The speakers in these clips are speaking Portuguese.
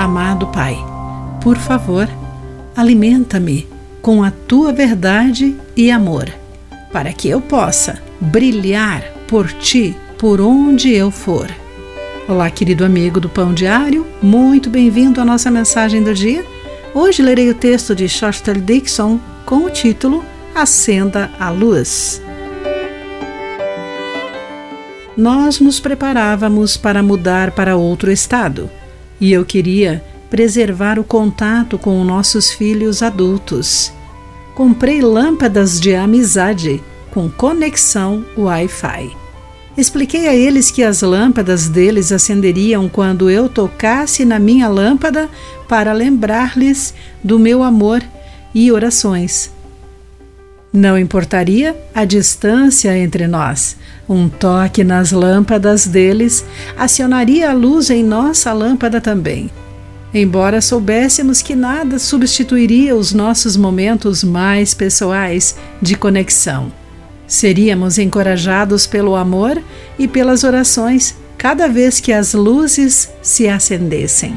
amado Pai, por favor, alimenta-me com a tua verdade e amor, para que eu possa brilhar por ti por onde eu for. Olá, querido amigo do Pão Diário, muito bem-vindo à nossa mensagem do dia. Hoje lerei o texto de Shostel Dixon com o título Acenda a Luz. Nós nos preparávamos para mudar para outro estado e eu queria preservar o contato com nossos filhos adultos. Comprei lâmpadas de amizade com conexão Wi-Fi. Expliquei a eles que as lâmpadas deles acenderiam quando eu tocasse na minha lâmpada para lembrar-lhes do meu amor e orações. Não importaria a distância entre nós. Um toque nas lâmpadas deles acionaria a luz em nossa lâmpada também. Embora soubéssemos que nada substituiria os nossos momentos mais pessoais de conexão. Seríamos encorajados pelo amor e pelas orações cada vez que as luzes se acendessem.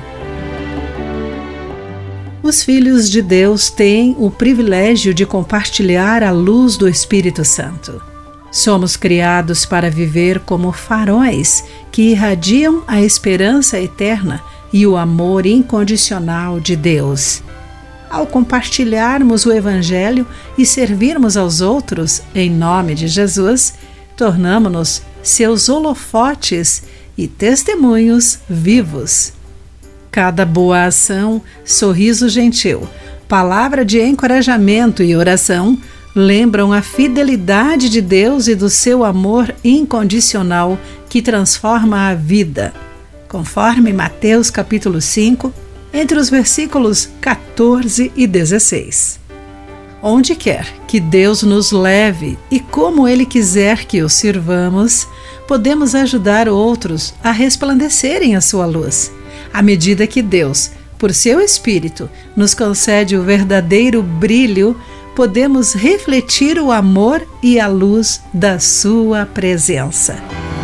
Os filhos de Deus têm o privilégio de compartilhar a luz do Espírito Santo. Somos criados para viver como faróis que irradiam a esperança eterna e o amor incondicional de Deus. Ao compartilharmos o Evangelho e servirmos aos outros em nome de Jesus, tornamo-nos seus holofotes e testemunhos vivos. Cada boa ação, sorriso gentil, palavra de encorajamento e oração lembram a fidelidade de Deus e do seu amor incondicional que transforma a vida, conforme Mateus capítulo 5, entre os versículos 14 e 16. Onde quer que Deus nos leve e como Ele quiser que o sirvamos, podemos ajudar outros a resplandecerem a sua luz. À medida que Deus, por seu Espírito, nos concede o verdadeiro brilho, podemos refletir o amor e a luz da sua presença.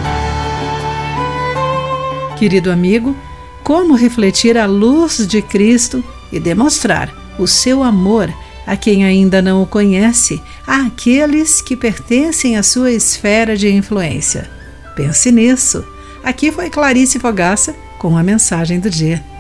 Querido amigo, como refletir a luz de Cristo e demonstrar o seu amor a quem ainda não o conhece, àqueles que pertencem à sua esfera de influência? Pense nisso. Aqui foi Clarice Fogaça com a mensagem do dia.